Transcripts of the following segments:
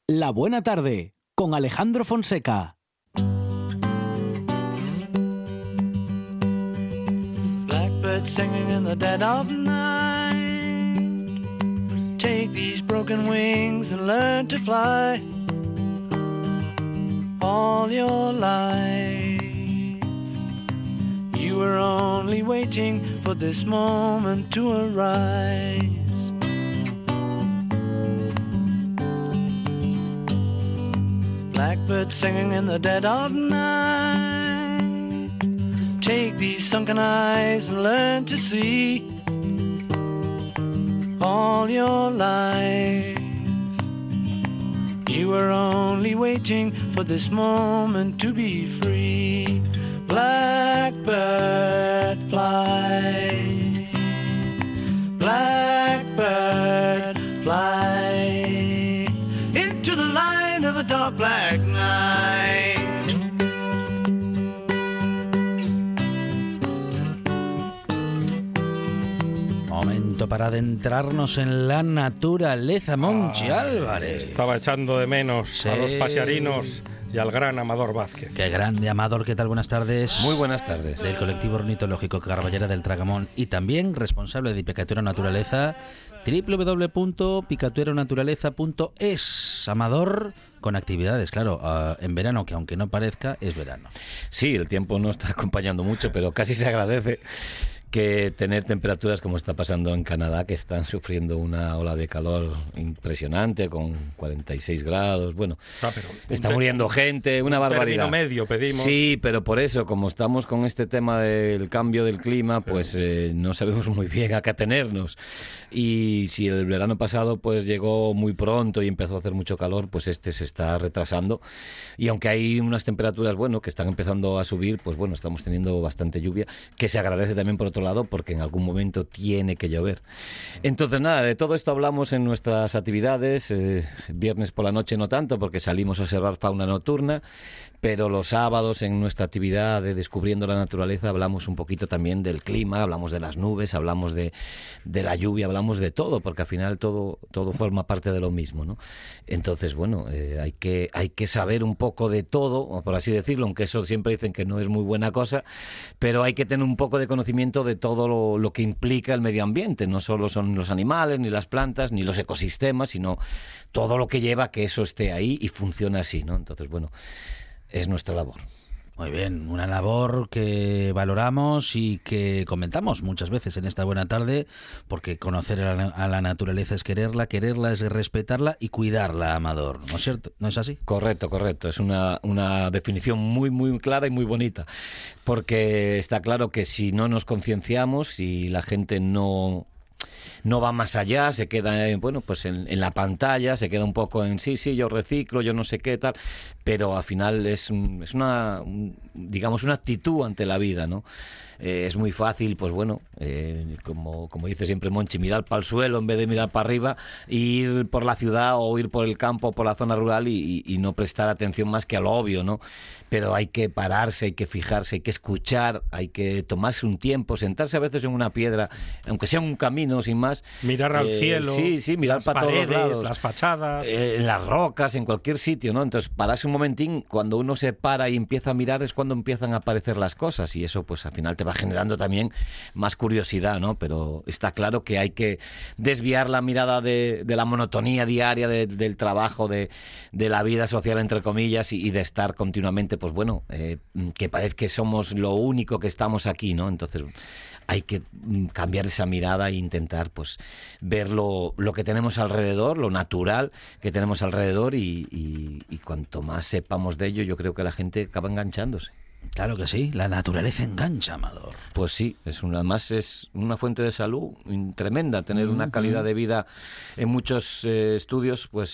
La Buena Tarde, con Alejandro Fonseca. Blackbird singing in the dead of night. Take these broken wings and learn to fly. All your life you were only waiting for this moment to arise. Blackbird singing in the dead of night. Take these sunken eyes and learn to see. All your life you were only waiting for this moment to be free. Blackbird fly. Blackbird fly into the light of a dark black night. Momento para adentrarnos en la naturaleza, Monchi Álvarez. Estaba echando de menos a los pasearinos y al gran Amador Vázquez. Qué grande, Amador, ¿qué tal? Buenas tardes. Muy buenas tardes. Del colectivo ornitológico Carballera del Tragamón y también responsable de Picatura Naturaleza, www.picatueraнаturaleza.es. Amador, con actividades, claro, en verano, que aunque no parezca, es verano. Sí, el tiempo no está acompañando mucho, pero casi se agradece que tener temperaturas como está pasando en Canadá, que están sufriendo una ola de calor impresionante con 46 grados. Bueno, está muriendo gente, una barbaridad. Término medio pedimos. Sí, pero por eso, como estamos con este tema del cambio del clima, pues no sabemos muy bien a qué atenernos. Y si el verano pasado pues llegó muy pronto y empezó a hacer mucho calor, pues este se está retrasando. Y aunque hay unas temperaturas, bueno, que están empezando a subir, pues bueno, estamos teniendo bastante lluvia, que se agradece también por otro lado, porque en algún momento tiene que llover. Entonces nada, de todo esto hablamos en nuestras actividades. Viernes por la noche no tanto, porque salimos a observar fauna nocturna, pero los sábados en nuestra actividad de Descubriendo la Naturaleza hablamos un poquito también del clima, hablamos de las nubes, hablamos de la lluvia, hablamos de todo, porque al final todo forma parte de lo mismo, ¿no? Entonces, bueno, hay que saber un poco de todo, por así decirlo, aunque eso siempre dicen que no es muy buena cosa, pero hay que tener un poco de conocimiento de todo lo que implica el medio ambiente. No solo son los animales, ni las plantas, ni los ecosistemas, sino todo lo que lleva a que eso esté ahí y funcione así, ¿no? Entonces, bueno, es nuestra labor. Muy bien, una labor que valoramos y que comentamos muchas veces en esta buena tarde, porque conocer a la naturaleza es quererla es respetarla y cuidarla, Amador, ¿no es cierto? ¿No es así? Correcto. Es una definición muy, muy clara y muy bonita, porque está claro que si no nos concienciamos, si la gente no va más allá, se queda pues en la pantalla, se queda un poco en sí, yo reciclo, yo no sé qué tal, pero al final es una actitud ante la vida, ¿no? Es muy fácil, pues bueno, como dice siempre Monchi, mirar para el suelo en vez de mirar para arriba, e ir por la ciudad o ir por el campo, por la zona rural y no prestar atención más que a lo obvio, ¿no? Pero hay que pararse, hay que fijarse, hay que escuchar, hay que tomarse un tiempo, sentarse a veces en una piedra, aunque sea un camino sin más. Mirar al cielo, sí, mirar las para paredes, todos lados, las fachadas, en las rocas, en cualquier sitio, ¿no? Entonces, pararse un momentín, cuando uno se para y empieza a mirar es cuando empiezan a aparecer las cosas, y eso pues al final te va generando también más curiosidad, ¿no? Pero está claro que hay que desviar la mirada de la monotonía diaria del trabajo, de la vida social, entre comillas, y de estar continuamente, pues bueno, que parece que somos lo único que estamos aquí, ¿no? Entonces hay que cambiar esa mirada e intentar pues ver lo que tenemos alrededor, lo natural que tenemos alrededor, y cuanto más sepamos de ello, yo creo que la gente acaba enganchándose. Claro que sí, la naturaleza engancha, Amador. Pues sí, además es una fuente de salud tremenda, tener una calidad de vida. En muchos estudios pues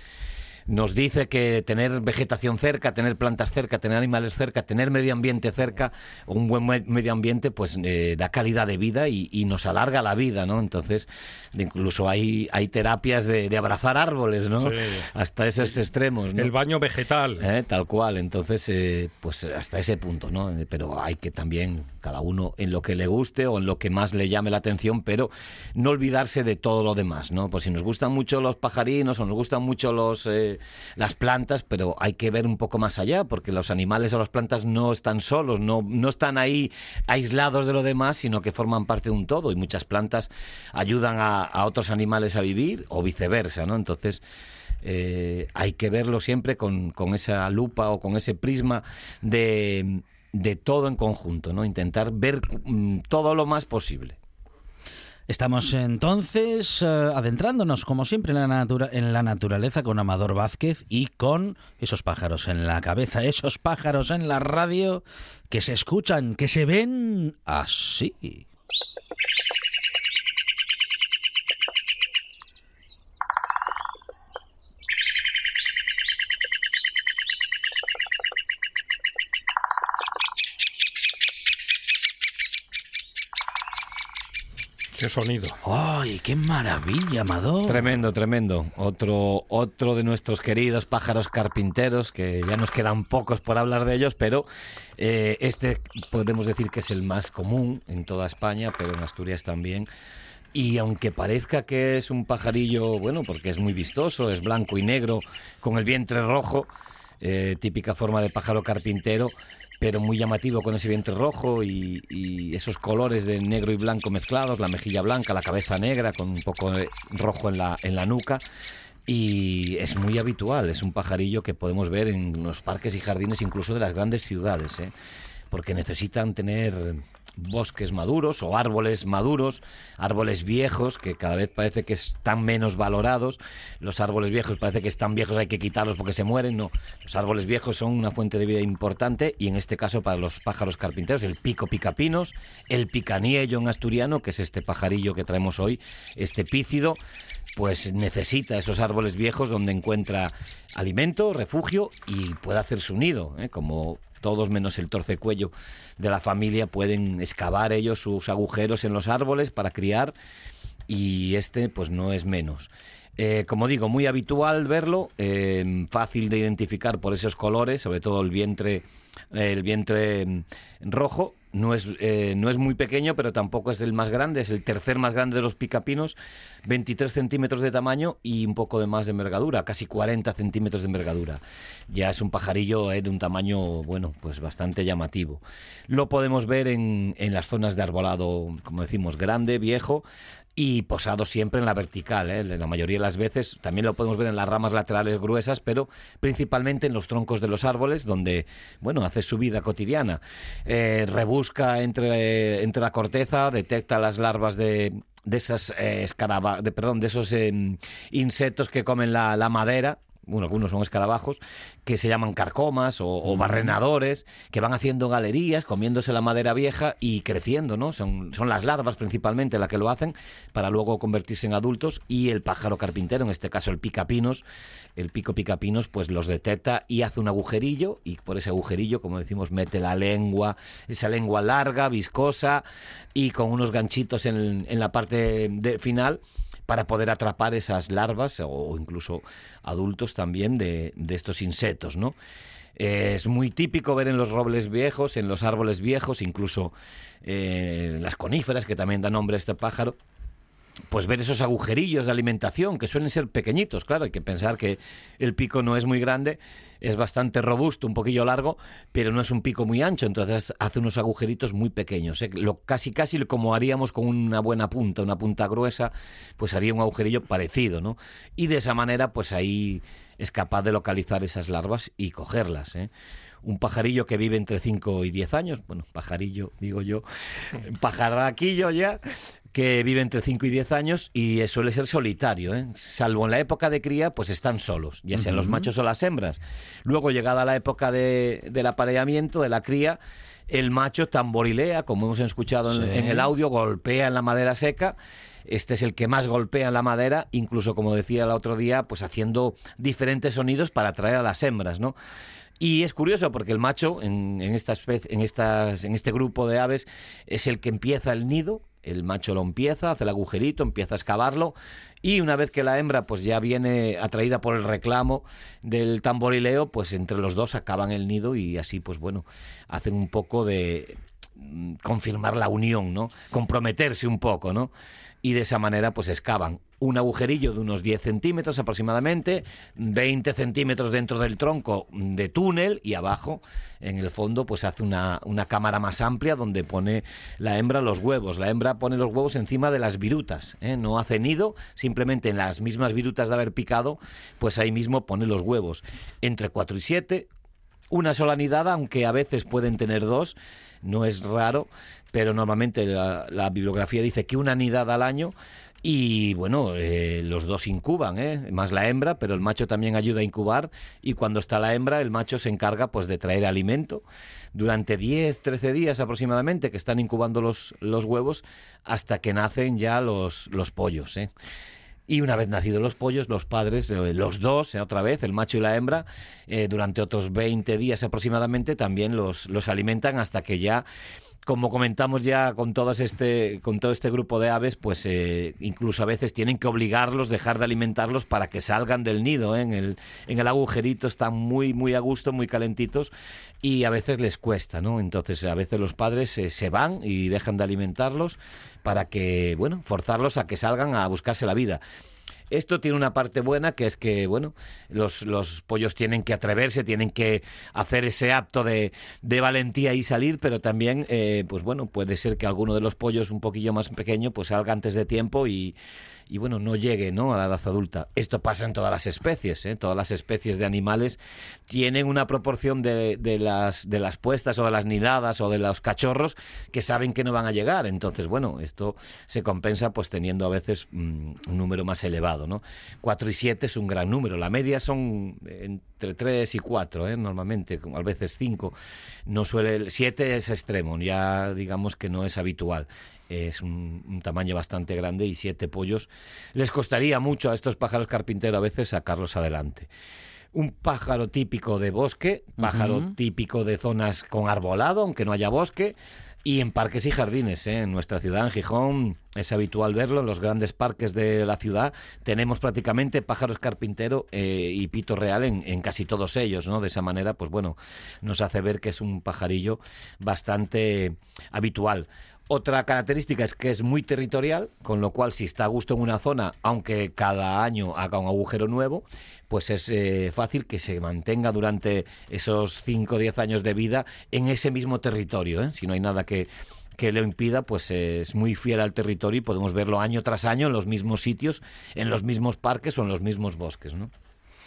nos dice que tener vegetación cerca, tener plantas cerca, tener animales cerca, tener medio ambiente cerca, un buen medio ambiente, pues da calidad de vida y nos alarga la vida, ¿no? Entonces, incluso hay terapias de abrazar árboles, ¿no? Sí. Hasta esos extremos, ¿no? El baño vegetal. Tal cual. Entonces, pues hasta ese punto, ¿no? Pero hay que también, cada uno en lo que le guste o en lo que más le llame la atención, pero no olvidarse de todo lo demás, ¿no? Pues si nos gustan mucho los pajarinos o nos gustan mucho los las plantas, pero hay que ver un poco más allá, porque los animales o las plantas no están solos, no están ahí aislados de lo demás, sino que forman parte de un todo, y muchas plantas ayudan a otros animales a vivir o viceversa, ¿no? Entonces hay que verlo siempre con esa lupa o con ese prisma de todo en conjunto, ¿no? Intentar ver todo lo más posible. Estamos entonces adentrándonos, como siempre, en la naturaleza con Amador Vázquez y con esos pájaros en la cabeza, esos pájaros en la radio que se escuchan, que se ven así. ¡Qué sonido! ¡Ay, qué maravilla, Amador! Tremendo, tremendo. Otro de nuestros queridos pájaros carpinteros, que ya nos quedan pocos por hablar de ellos, pero este podemos decir que es el más común en toda España, pero en Asturias también. Y aunque parezca que es un pajarillo, bueno, porque es muy vistoso, es blanco y negro, con el vientre rojo, típica forma de pájaro carpintero, pero muy llamativo con ese vientre rojo y esos colores de negro y blanco mezclados, la mejilla blanca, la cabeza negra con un poco de rojo en la nuca, y es muy habitual, es un pajarillo que podemos ver en los parques y jardines incluso de las grandes ciudades, porque necesitan tener bosques maduros o árboles maduros, árboles viejos que cada vez parece que están menos valorados. Los árboles viejos parece que están viejos, hay que quitarlos porque se mueren. No, los árboles viejos son una fuente de vida importante, y en este caso para los pájaros carpinteros el pico picapinos, el picaniello en asturiano, que es este pajarillo que traemos hoy, este pícido, pues necesita esos árboles viejos donde encuentra alimento, refugio y puede hacer su nido, como todos menos el torcecuello de la familia pueden excavar ellos sus agujeros en los árboles para criar, y este pues no es menos. Como digo, muy habitual verlo, fácil de identificar por esos colores, sobre todo el vientre rojo. No es muy pequeño, pero tampoco es el más grande, es el tercer más grande de los picapinos, 23 centímetros de tamaño y un poco de más de envergadura, casi 40 centímetros de envergadura. Ya es un pajarillo de un tamaño, bueno, pues bastante llamativo. Lo podemos ver en las zonas de arbolado, como decimos, grande, viejo, y posado siempre en la vertical, La mayoría de las veces también lo podemos ver en las ramas laterales gruesas, pero principalmente en los troncos de los árboles, donde, bueno, hace su vida cotidiana. Rebusca entre la corteza, detecta las larvas de esos insectos que comen la madera. Bueno, algunos son escarabajos, que se llaman carcomas o barrenadores, que van haciendo galerías, comiéndose la madera vieja y creciendo, ¿no? Son las larvas principalmente las que lo hacen, para luego convertirse en adultos, y el pájaro carpintero, en este caso el pico picapinos, pues los detecta y hace un agujerillo, y por ese agujerillo, como decimos, mete la lengua, esa lengua larga, viscosa, y con unos ganchitos en la parte final, para poder atrapar esas larvas o incluso adultos también de estos insectos, ¿no? Es muy típico ver en los robles viejos, en los árboles viejos, incluso las coníferas, que también da nombre a este pájaro, pues ver esos agujerillos de alimentación, que suelen ser pequeñitos. Claro, hay que pensar que el pico no es muy grande, es bastante robusto, un poquillo largo, pero no es un pico muy ancho, entonces hace unos agujeritos muy pequeños, casi como haríamos con una buena punta, una punta gruesa, pues haría un agujerillo parecido, ¿no? Y de esa manera, pues ahí es capaz de localizar esas larvas y cogerlas, Un pajarillo que vive entre 5 y 10 años, bueno, pajarillo, digo yo, pajaraquillo ya, que vive entre 5 y 10 años y suele ser solitario, salvo en la época de cría, pues están solos, ya sean los machos o las hembras. Luego, llegada la época del apareamiento, de la cría, el macho tamborilea, como hemos escuchado en el audio, golpea en la madera seca. Este es el que más golpea en la madera, incluso, como decía el otro día, pues haciendo diferentes sonidos para atraer a las hembras, ¿no? Y es curioso porque el macho en este grupo de aves es el que empieza el nido. El macho lo empieza, hace el agujerito, empieza a excavarlo, y una vez que la hembra pues ya viene atraída por el reclamo del tamborileo, pues entre los dos acaban el nido, y así pues bueno, hacen un poco de confirmar la unión, ¿no? Comprometerse un poco, ¿no? y de esa manera pues excavan un agujerillo de unos 10 centímetros aproximadamente, 20 centímetros dentro del tronco de túnel, y abajo, en el fondo, pues hace una cámara más amplia donde pone la hembra los huevos. La hembra pone los huevos encima de las virutas, no hace nido, simplemente en las mismas virutas de haber picado, pues ahí mismo pone los huevos. Entre 4 y 7, una sola nidada, aunque a veces pueden tener 2, no es raro, pero normalmente la bibliografía dice que una nidada al año. Y bueno, los 2 incuban, más la hembra, pero el macho también ayuda a incubar, y cuando está la hembra, el macho se encarga pues de traer alimento durante 10-13 días aproximadamente, que están incubando los huevos, hasta que nacen ya los pollos, Y una vez nacidos los pollos, los padres, los 2, otra vez, el macho y la hembra, durante otros 20 días aproximadamente, también los alimentan hasta que ya, como comentamos ya con todo este grupo de aves, pues incluso a veces tienen que obligarlos, dejar de alimentarlos para que salgan del nido, en el agujerito están muy, muy a gusto, muy calentitos, y a veces les cuesta, ¿no? Entonces a veces los padres se van y dejan de alimentarlos para que, bueno, forzarlos a que salgan a buscarse la vida. Esto tiene una parte buena, que es que, bueno, los pollos tienen que atreverse, tienen que hacer ese acto de valentía y salir, pero también, pues bueno, puede ser que alguno de los pollos un poquillo más pequeño pues salga antes de tiempo y bueno, no llegue, ¿no?, a la edad adulta. Esto pasa en todas las especies, todas las especies de animales tienen una proporción de las puestas o de las nidadas o de los cachorros que saben que no van a llegar. Entonces, bueno, esto se compensa pues teniendo a veces un número más elevado, ¿no? 4 y 7 es un gran número. La media son entre 3 y 4, normalmente, a veces 5. No suele, 7 es extremo, ya digamos que no es habitual. Es un tamaño bastante grande, y 7 pollos les costaría mucho a estos pájaros carpintero a veces sacarlos adelante. Un pájaro típico de bosque, pájaro típico de zonas con arbolado, aunque no haya bosque, y en parques y jardines. En nuestra ciudad, en Gijón, es habitual verlo. En los grandes parques de la ciudad tenemos prácticamente pájaros carpintero y pito real en casi todos ellos, ¿no? De esa manera, pues bueno, nos hace ver que es un pajarillo bastante habitual. Otra característica es que es muy territorial, con lo cual si está a gusto en una zona, aunque cada año haga un agujero nuevo, pues es fácil que se mantenga durante esos 5 o 10 años de vida en ese mismo territorio, Si no hay nada que lo impida, pues es muy fiel al territorio y podemos verlo año tras año en los mismos sitios, en los mismos parques o en los mismos bosques, ¿no?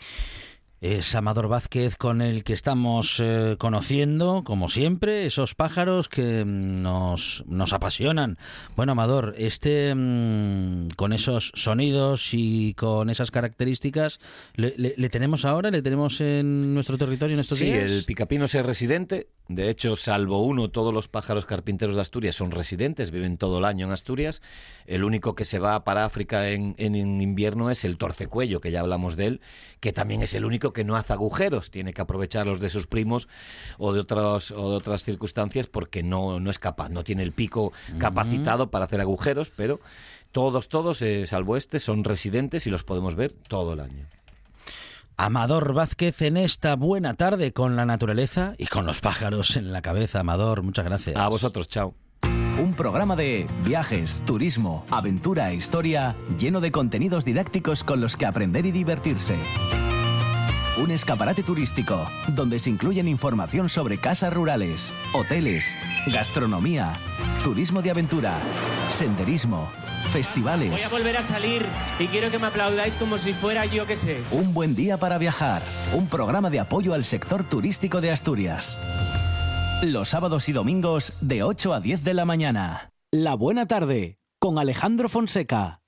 Es Amador Vázquez con el que estamos conociendo, como siempre, esos pájaros que nos apasionan. Bueno, Amador, con esos sonidos y con esas características, ¿le tenemos ahora? ¿Le tenemos en nuestro territorio en estos días? Sí, el picapinos es residente. De hecho, salvo uno, todos los pájaros carpinteros de Asturias son residentes, viven todo el año en Asturias. El único que se va para África en invierno es el torcecuello, que ya hablamos de él, que también es el único que no hace agujeros, tiene que aprovecharlos de sus primos o de otras circunstancias, porque no es capaz, no tiene el pico capacitado para hacer agujeros, pero todos, salvo este, son residentes y los podemos ver todo el año. Amador Vázquez en esta buena tarde con la naturaleza y con los pájaros en la cabeza. Amador, muchas gracias. A vosotros, chao. Un programa de viajes, turismo, aventura e historia lleno de contenidos didácticos con los que aprender y divertirse. Un escaparate turístico donde se incluyen información sobre casas rurales, hoteles, gastronomía, turismo de aventura, senderismo, festivales. Voy a volver a salir y quiero que me aplaudáis como si fuera yo que sé. Un buen día para viajar. Un programa de apoyo al sector turístico de Asturias. Los sábados y domingos de 8 a 10 de la mañana. La buena tarde con Alejandro Fonseca.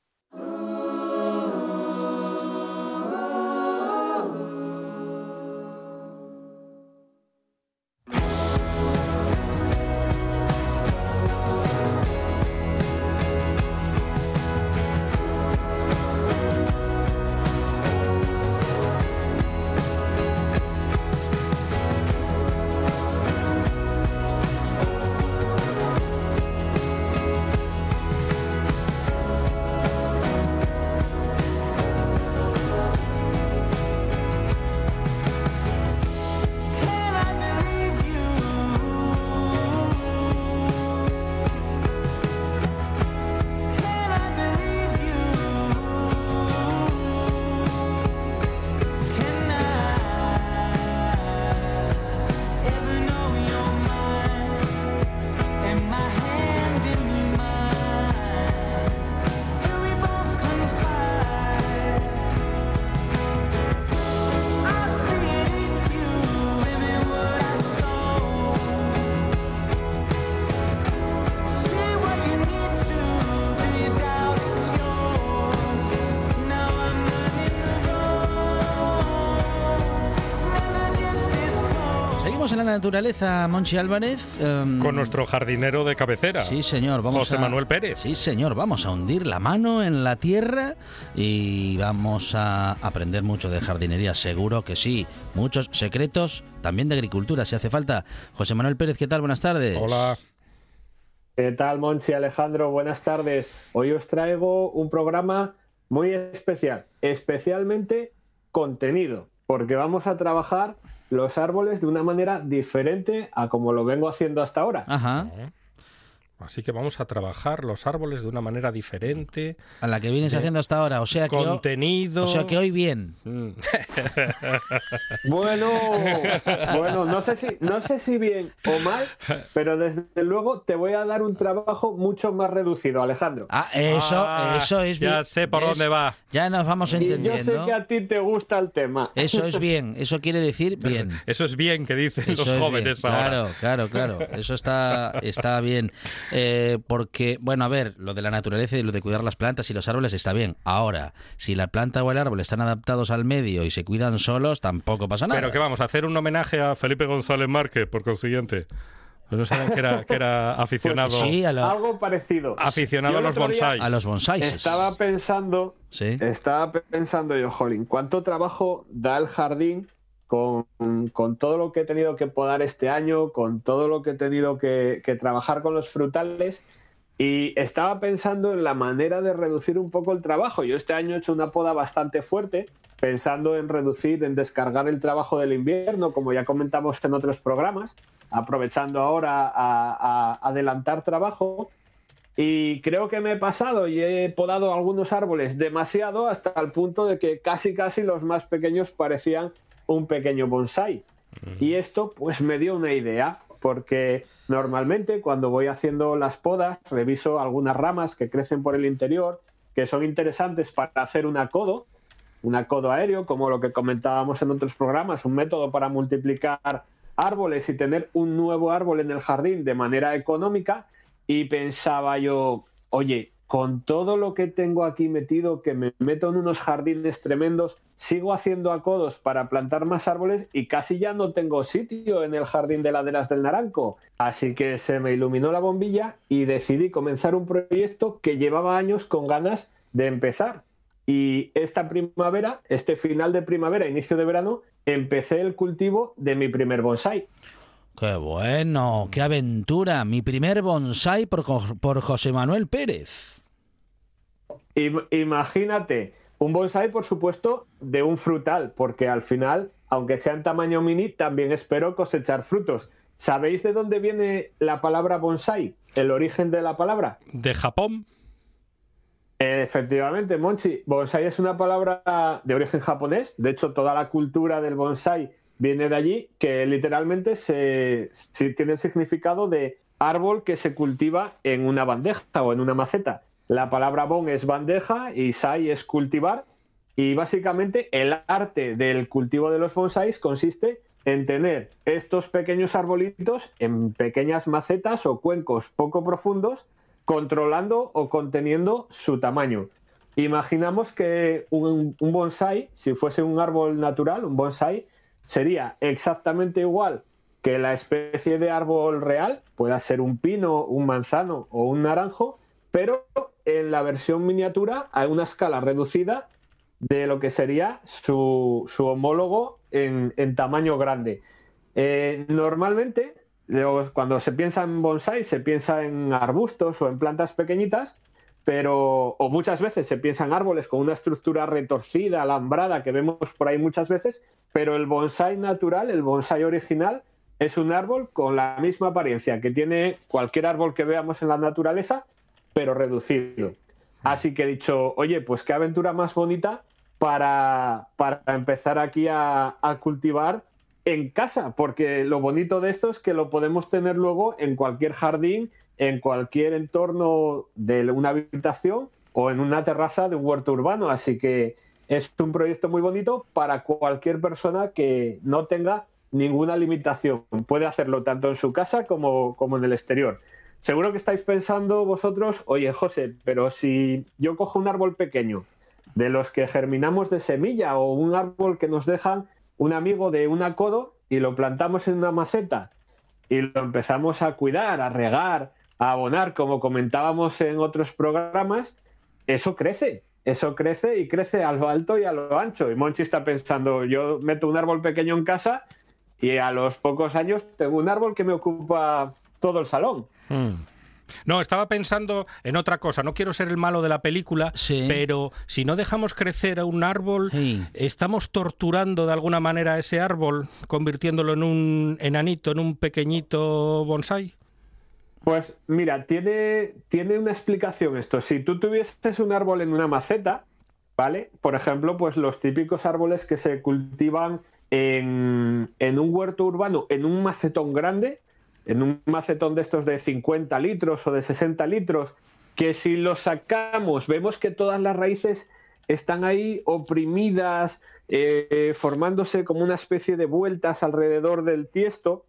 entramos en la naturaleza, Monchi Álvarez. Con nuestro jardinero de cabecera. Sí, señor. José Manuel Pérez. Sí, señor. Vamos a hundir la mano en la tierra y vamos a aprender mucho de jardinería, seguro que sí. Muchos secretos, también de agricultura, si hace falta. José Manuel Pérez, ¿qué tal? Buenas tardes. Hola. ¿Qué tal, Monchi, Alejandro? Buenas tardes. Hoy os traigo un programa muy especial, especialmente contenido, porque vamos a trabajar los árboles de una manera diferente a como lo vengo haciendo hasta ahora. Ajá. Así que vamos a trabajar los árboles de una manera diferente. A la que vienes haciendo hasta ahora, o sea que contenido. O sea que hoy bien. Bueno, no sé si bien o mal, pero desde luego te voy a dar un trabajo mucho más reducido, Alejandro. Eso es bien. Ya sé por dónde va. Ya nos vamos entendiendo. Y yo sé que a ti te gusta el tema. Eso es bien, eso quiere decir bien. Eso es bien que dicen Eso los jóvenes ahora. Claro. Eso está bien. Porque, bueno, a ver, lo de la naturaleza y lo de cuidar las plantas y los árboles está bien. Ahora, si la planta o el árbol están adaptados al medio y se cuidan solos, tampoco pasa nada. Pero que vamos a hacer un homenaje a Felipe González Márquez, por consiguiente. Pues no saben que era aficionado. Pues sí, algo parecido. Aficionado a los bonsáis. A los bonsáis. Estaba pensando yo, jolín, ¿cuánto trabajo da el jardín con todo lo que he tenido que podar este año, con todo lo que he tenido que trabajar con los frutales? Y estaba pensando en la manera de reducir un poco el trabajo. Yo este año he hecho una poda bastante fuerte, pensando en reducir, en descargar el trabajo del invierno, como ya comentamos en otros programas, aprovechando ahora a adelantar trabajo. Y creo que me he pasado y he podado algunos árboles demasiado, hasta el punto de que casi los más pequeños parecían un pequeño bonsái. Y esto pues me dio una idea, porque normalmente cuando voy haciendo las podas reviso algunas ramas que crecen por el interior, que son interesantes para hacer un acodo aéreo, como lo que comentábamos en otros programas, un método para multiplicar árboles y tener un nuevo árbol en el jardín de manera económica. Y pensaba yo, oye, con todo lo que tengo aquí metido, que me meto en unos jardines tremendos, sigo haciendo acodos para plantar más árboles y casi ya no tengo sitio en el jardín de laderas del Naranco. Así que se me iluminó la bombilla y decidí comenzar un proyecto que llevaba años con ganas de empezar. Y esta primavera, este final de primavera, inicio de verano, empecé el cultivo de mi primer bonsái. ¡Qué bueno! ¡Qué aventura! Mi primer bonsái por José Manuel Pérez. Imagínate, un bonsái, por supuesto, de un frutal, porque al final, aunque sea en tamaño mini, también espero cosechar frutos. ¿Sabéis de dónde viene la palabra bonsái? ¿El origen de la palabra? ¿De Japón? Efectivamente, Monchi. Bonsái es una palabra de origen japonés. De hecho, toda la cultura del bonsái viene de allí, que literalmente tiene el significado de árbol que se cultiva en una bandeja o en una maceta. La palabra bon es bandeja y sai es cultivar. Y básicamente el arte del cultivo de los bonsáis consiste en tener estos pequeños arbolitos en pequeñas macetas o cuencos poco profundos, controlando o conteniendo su tamaño. Imaginamos que un bonsái, si fuese un árbol natural, un bonsái, sería exactamente igual que la especie de árbol real, pueda ser un pino, un manzano o un naranjo, pero en la versión miniatura a una escala reducida de lo que sería su homólogo en tamaño grande. Normalmente, cuando se piensa en bonsái, se piensa en arbustos o en plantas pequeñitas, o muchas veces se piensa en árboles con una estructura retorcida, alambrada, que vemos por ahí muchas veces, pero el bonsái natural, el bonsái original, es un árbol con la misma apariencia que tiene cualquier árbol que veamos en la naturaleza, pero reducido. Así que he dicho, oye, pues qué aventura más bonita para empezar aquí a cultivar en casa, porque lo bonito de esto es que lo podemos tener luego en cualquier jardín, en cualquier entorno de una habitación o en una terraza de un huerto urbano. Así que es un proyecto muy bonito para cualquier persona que no tenga ninguna limitación. Puede hacerlo tanto en su casa como en el exterior. Seguro que estáis pensando vosotros, oye, José, pero si yo cojo un árbol pequeño, de los que germinamos de semilla, o un árbol que nos dejan un amigo de un acodo, y lo plantamos en una maceta y lo empezamos a cuidar, a regar, a abonar, como comentábamos en otros programas, eso crece y crece a lo alto y a lo ancho. Y Monchi está pensando, yo meto un árbol pequeño en casa y a los pocos años tengo un árbol que me ocupa todo el salón. No, estaba pensando en otra cosa. No quiero ser el malo de la película, Sí. pero si no dejamos crecer a un árbol, Sí. estamos torturando de alguna manera a ese árbol, convirtiéndolo en un enanito, en un pequeñito bonsái. Pues mira, tiene una explicación esto. Si tú tuvieses un árbol en una maceta, ¿vale? Por ejemplo, pues los típicos árboles que se cultivan en un huerto urbano, en un macetón grande, en un macetón de estos de 50 litros o de 60 litros, que si los sacamos vemos que todas las raíces están ahí oprimidas, formándose como una especie de vueltas alrededor del tiesto.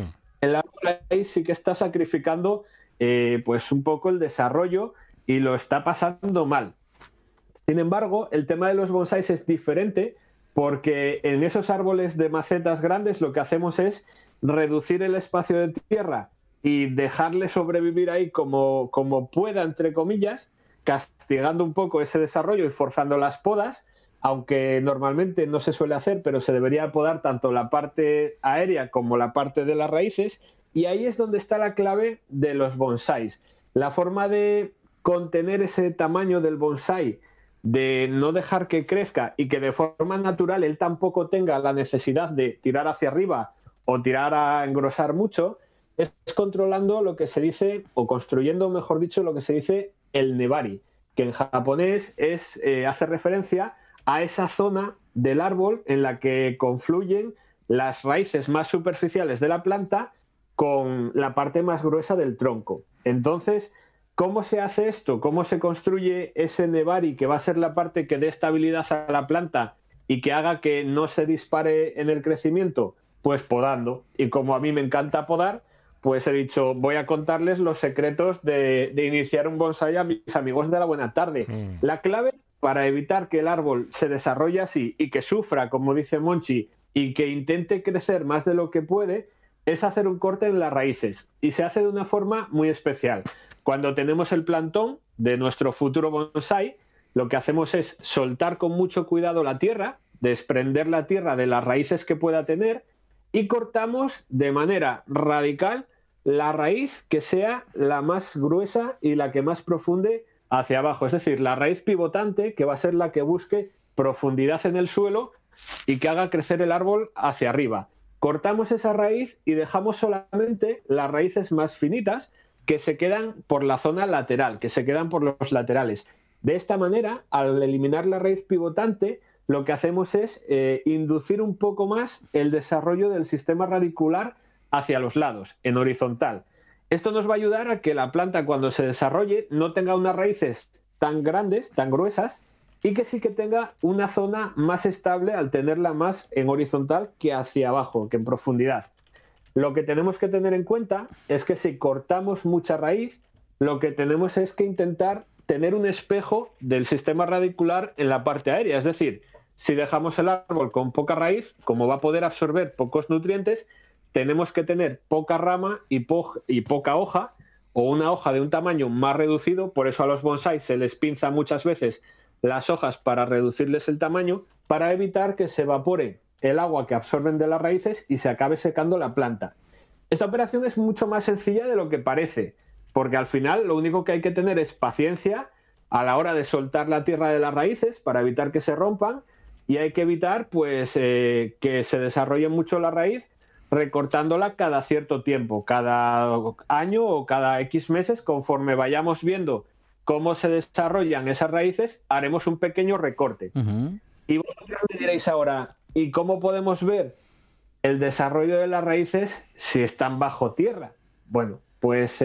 El árbol ahí sí que está sacrificando pues un poco el desarrollo y lo está pasando mal. Sin embargo, el tema de los bonsáis es diferente porque en esos árboles de macetas grandes lo que hacemos es reducir el espacio de tierra y dejarle sobrevivir ahí como pueda, entre comillas, castigando un poco ese desarrollo y forzando las podas, aunque normalmente no se suele hacer, pero se debería podar tanto la parte aérea como la parte de las raíces, y ahí es donde está la clave de los bonsáis. La forma de contener ese tamaño del bonsái, de no dejar que crezca y que de forma natural él tampoco tenga la necesidad de tirar hacia arriba o tirar a engrosar mucho, es controlando lo que se dice, o construyendo, mejor dicho, lo que se dice el nebari, que en japonés hace referencia a esa zona del árbol en la que confluyen las raíces más superficiales de la planta con la parte más gruesa del tronco. Entonces, ¿cómo se hace esto? ¿Cómo se construye ese nebari que va a ser la parte que dé estabilidad a la planta y que haga que no se dispare en el crecimiento? Pues podando. Y como a mí me encanta podar, pues he dicho, voy a contarles los secretos de iniciar un bonsái a mis amigos de la buena tarde. La clave para evitar que el árbol se desarrolle así y que sufra, como dice Monchi, y que intente crecer más de lo que puede, es hacer un corte en las raíces. Y se hace de una forma muy especial. Cuando tenemos el plantón de nuestro futuro bonsái, lo que hacemos es soltar con mucho cuidado la tierra, desprender la tierra de las raíces que pueda tener, y cortamos de manera radical la raíz que sea la más gruesa y la que más profunde hacia abajo. Es decir, la raíz pivotante, que va a ser la que busque profundidad en el suelo y que haga crecer el árbol hacia arriba. Cortamos esa raíz y dejamos solamente las raíces más finitas que se quedan por la zona lateral, que se quedan por los laterales. De esta manera, al eliminar la raíz pivotante, lo que hacemos es inducir un poco más el desarrollo del sistema radicular hacia los lados, en horizontal. Esto nos va a ayudar a que la planta, cuando se desarrolle, no tenga unas raíces tan grandes, tan gruesas, y que sí que tenga una zona más estable al tenerla más en horizontal que hacia abajo, que en profundidad. Lo que tenemos que tener en cuenta es que si cortamos mucha raíz, lo que tenemos es que intentar tener un espejo del sistema radicular en la parte aérea. Es decir, si dejamos el árbol con poca raíz, como va a poder absorber pocos nutrientes, tenemos que tener poca rama y poca hoja, o una hoja de un tamaño más reducido. Por eso a los bonsáis se les pinza muchas veces las hojas para reducirles el tamaño, para evitar que se evapore el agua que absorben de las raíces y se acabe secando la planta. Esta operación es mucho más sencilla de lo que parece, porque al final lo único que hay que tener es paciencia a la hora de soltar la tierra de las raíces para evitar que se rompan, y hay que evitar pues que se desarrolle mucho la raíz, recortándola cada cierto tiempo, cada año o cada X meses. Conforme vayamos viendo cómo se desarrollan esas raíces, haremos un pequeño recorte. Y vosotros me diréis ahora, ¿y cómo podemos ver el desarrollo de las raíces si están bajo tierra? Bueno, pues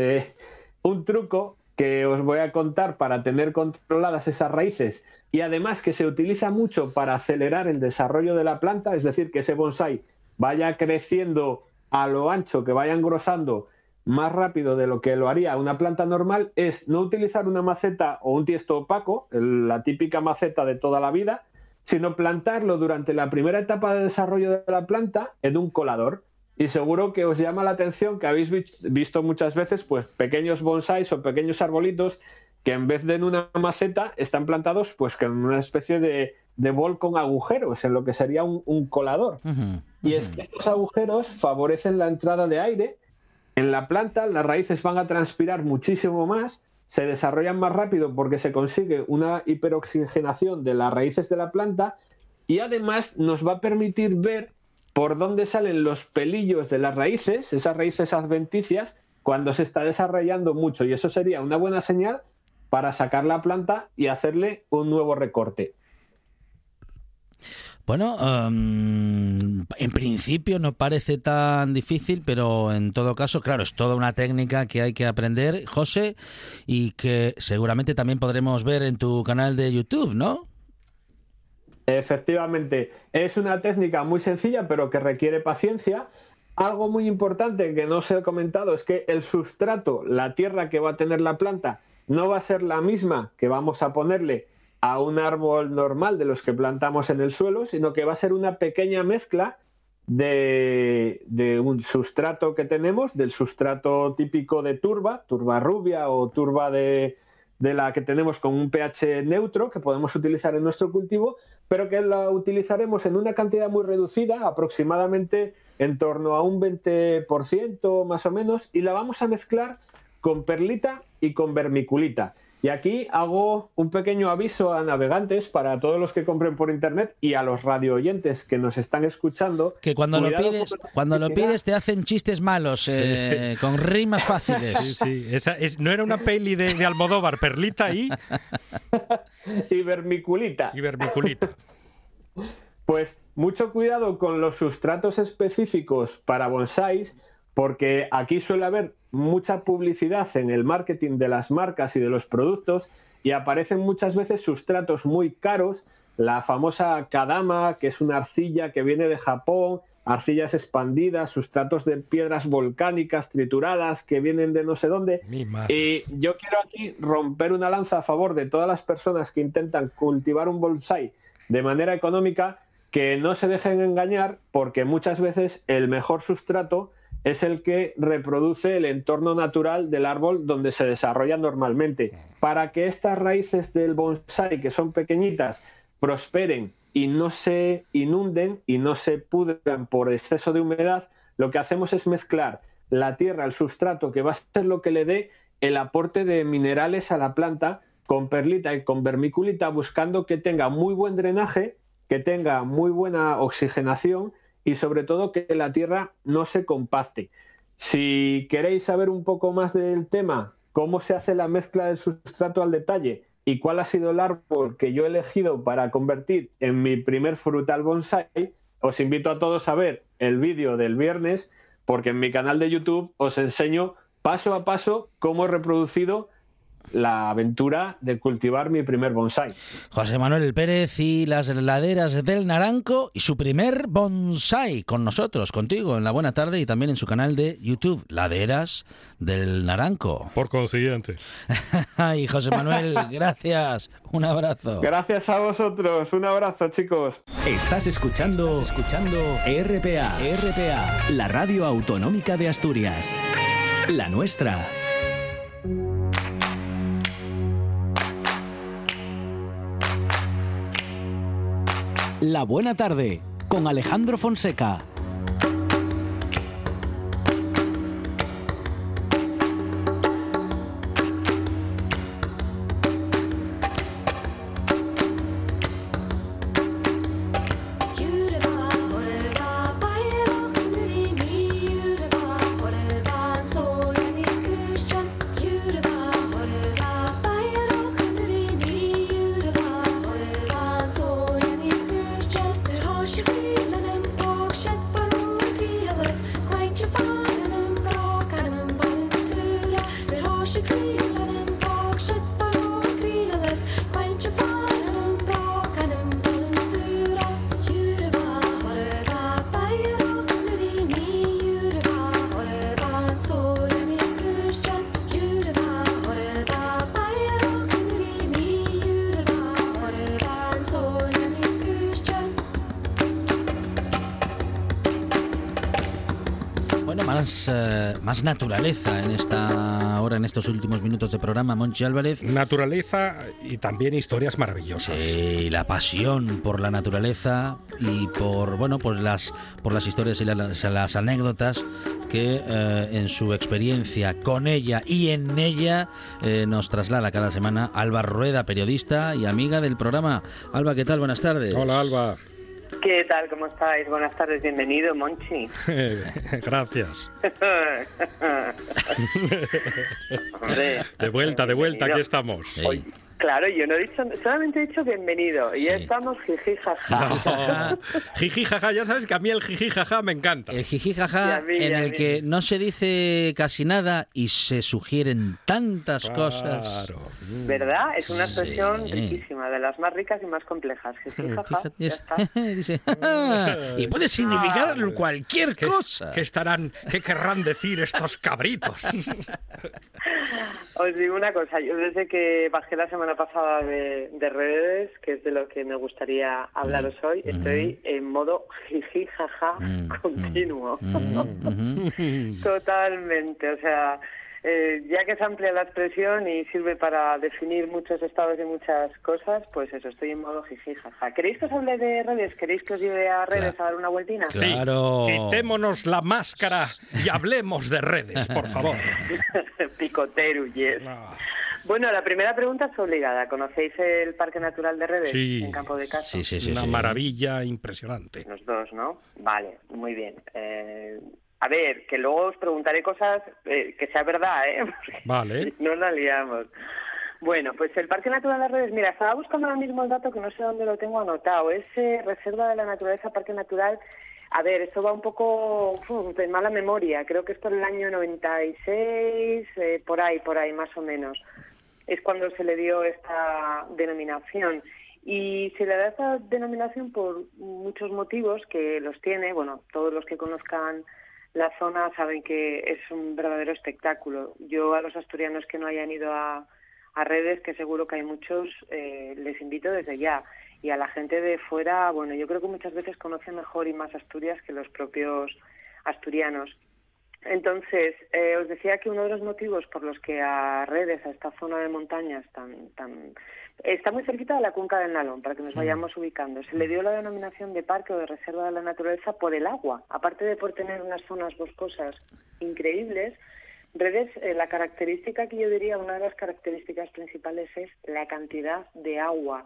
un truco que os voy a contar para tener controladas esas raíces, y además que se utiliza mucho para acelerar el desarrollo de la planta, es decir, que ese bonsái vaya creciendo a lo ancho, que vaya engrosando más rápido de lo que lo haría una planta normal, es no utilizar una maceta o un tiesto opaco, la típica maceta de toda la vida, sino plantarlo durante la primera etapa de desarrollo de la planta en un colador. Y seguro que os llama la atención que habéis visto muchas veces pues pequeños bonsáis o pequeños arbolitos que en vez de en una maceta están plantados pues en una especie de bol con agujeros, en lo que sería un colador. Y es que estos agujeros favorecen la entrada de aire en la planta, las raíces van a transpirar muchísimo más, se desarrollan más rápido porque se consigue una hiperoxigenación de las raíces de la planta y además nos va a permitir ver por dónde salen los pelillos de las raíces, esas raíces adventicias, cuando se está desarrollando mucho. Y eso sería una buena señal para sacar la planta y hacerle un nuevo recorte. Bueno, en principio no parece tan difícil, pero en todo caso, claro, es toda una técnica que hay que aprender, José, y que seguramente también podremos ver en tu canal de YouTube, ¿no? Efectivamente, es una técnica muy sencilla, pero que requiere paciencia. Algo muy importante que no os he comentado es que el sustrato, la tierra que va a tener la planta, no va a ser la misma que vamos a ponerle a un árbol normal de los que plantamos en el suelo, sino que va a ser una pequeña mezcla de un sustrato que tenemos, del sustrato típico de turba rubia o turba de la que tenemos con un pH neutro que podemos utilizar en nuestro cultivo, pero que la utilizaremos en una cantidad muy reducida, aproximadamente en torno a un 20% más o menos, y la vamos a mezclar con perlita y con vermiculita. Y aquí hago un pequeño aviso a navegantes para todos los que compren por internet y a los radio oyentes que nos están escuchando. Que cuando lo pides te hacen chistes malos, con rimas fáciles. Sí. No era una peli de Almodóvar, perlita y vermiculita. Y vermiculita. Pues mucho cuidado con los sustratos específicos para bonsáis, porque aquí suele haber mucha publicidad en el marketing de las marcas y de los productos y aparecen muchas veces sustratos muy caros, la famosa Kadama, que es una arcilla que viene de Japón, arcillas expandidas, sustratos de piedras volcánicas trituradas que vienen de no sé dónde. Y yo quiero aquí romper una lanza a favor de todas las personas que intentan cultivar un bonsái de manera económica, que no se dejen engañar, porque muchas veces el mejor sustrato es el que reproduce el entorno natural del árbol donde se desarrolla normalmente. Para que estas raíces del bonsái, que son pequeñitas, prosperen y no se inunden y no se pudran por exceso de humedad, lo que hacemos es mezclar la tierra, el sustrato, que va a ser lo que le dé el aporte de minerales a la planta, con perlita y con vermiculita, buscando que tenga muy buen drenaje, que tenga muy buena oxigenación y sobre todo que la tierra no se compacte. Si queréis saber un poco más del tema, cómo se hace la mezcla del sustrato al detalle y cuál ha sido el árbol que yo he elegido para convertir en mi primer frutal bonsái, os invito a todos a ver el vídeo del viernes, porque en mi canal de YouTube os enseño paso a paso cómo he reproducido la aventura de cultivar mi primer bonsái. José Manuel Pérez y las laderas del Naranco y su primer bonsái con nosotros, contigo en La Buena Tarde y también en su canal de YouTube, Laderas del Naranco. Por consiguiente. Ay, José Manuel, gracias. Un abrazo. Gracias a vosotros. Un abrazo, chicos. Estás escuchando RPA, la radio autonómica de Asturias. La nuestra. La Buena Tarde, con Alejandro Fonseca. Shit. Bueno, más naturaleza en esta hora, en estos últimos minutos de programa, Monchi Álvarez. Naturaleza y también historias maravillosas. Sí, la pasión por la naturaleza y por las historias y las anécdotas que en su experiencia con ella y en ella nos traslada cada semana Alba Rueda, periodista y amiga del programa. Alba, ¿qué tal? Buenas tardes. Hola, Alba. ¿Qué tal? ¿Cómo estáis? Buenas tardes, bienvenido, Monchi. Gracias. Hombre, de vuelta, aquí estamos. Sí. Hoy, claro, yo no he dicho, solamente he dicho bienvenido y ya Sí. estamos jiji jaja. Jiji jaja, ya sabes que a mí el jiji jaja me encanta. El jiji jaja Y a en el mí. que no se dice casi nada y se sugieren tantas cosas. Claro. ¿Verdad? Es una expresión Sí. riquísima, de las más ricas y más complejas. Jiji jaja, Fíjate, ya es- está. dice, y puede significar cualquier cosa. ¿Qué querrán decir estos cabritos? Os digo una cosa, yo desde que bajé la semana pasada de redes, que es de lo que me gustaría hablaros hoy, estoy en modo jiji jaja continuo. Totalmente, o sea, ya que se amplia la expresión y sirve para definir muchos estados y muchas cosas, pues eso, estoy en modo jiji jaja. ¿Queréis que os hable de redes? ¿Queréis que os lleve a redes a dar una vueltina? Sí. Claro. Quitémonos la máscara y hablemos de redes, por favor. Picotero, yes. Ah. Bueno, la primera pregunta es obligada. ¿Conocéis el Parque Natural de Redes Sí. en Campo de Caso? Sí. Una maravilla impresionante. Los dos, ¿no? Vale, muy bien. A ver, que luego os preguntaré cosas que sea verdad, ¿eh? Porque Vale. no la liamos. Bueno, pues el Parque Natural de Redes, mira, estaba buscando ahora mismo el dato que no sé dónde lo tengo anotado. Es Reserva de la Naturaleza, Parque Natural. A ver, esto va un poco de mala memoria. Creo que es por el año 96, por ahí, más o menos. Es cuando se le dio esta denominación. Y se le da esta denominación por muchos motivos que los tiene. Bueno, todos los que conozcan la zona saben que es un verdadero espectáculo. Yo a los asturianos que no hayan ido a Redes, que seguro que hay muchos, les invito desde ya. Y a la gente de fuera, bueno, yo creo que muchas veces conocen mejor y más Asturias que los propios asturianos. Entonces, os decía que uno de los motivos por los que a Redes, a esta zona de montañas está muy cerquita de la cuenca del Nalón, para que nos vayamos ubicando. Se le dio la denominación de parque o de reserva de la naturaleza por el agua. Aparte de por tener unas zonas boscosas increíbles, Redes, la característica que yo diría, una de las características principales es la cantidad de agua.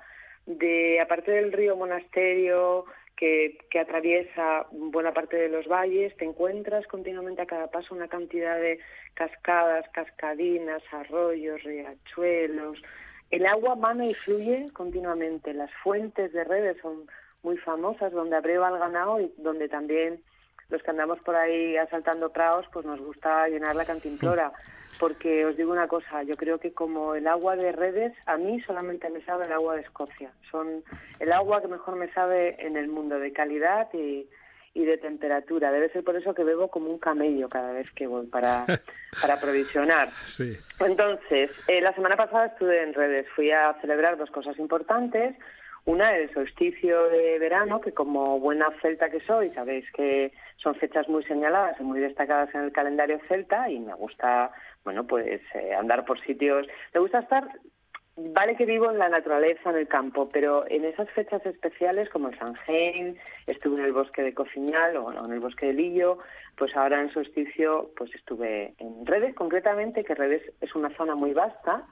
Aparte del río Monasterio, que atraviesa buena parte de los valles, te encuentras continuamente a cada paso una cantidad de cascadas, cascadinas, arroyos, riachuelos. El agua mana y fluye continuamente. Las fuentes de Redes son muy famosas, donde abreva el ganado y donde también los que andamos por ahí asaltando praos, pues nos gusta llenar la cantimplora. Porque os digo una cosa, yo creo que como el agua de Redes, a mí solamente me sabe el agua de Escocia. Son el agua que mejor me sabe en el mundo, de calidad y de temperatura. Debe ser por eso que bebo como un camello cada vez que voy para provisionar. Sí. Entonces, la semana pasada estuve en Redes. Fui a celebrar dos cosas importantes. Una, el solsticio de verano, que como buena celta que soy, sabéis que son fechas muy señaladas y muy destacadas en el calendario celta, y me gusta, bueno, pues andar por sitios. Me gusta estar, vale que vivo en la naturaleza, en el campo, pero en esas fechas especiales como el Samhain, estuve en el bosque de Cociñal o en el bosque de Lillo, pues ahora en solsticio pues estuve en Redes, concretamente, que Redes es una zona muy vasta.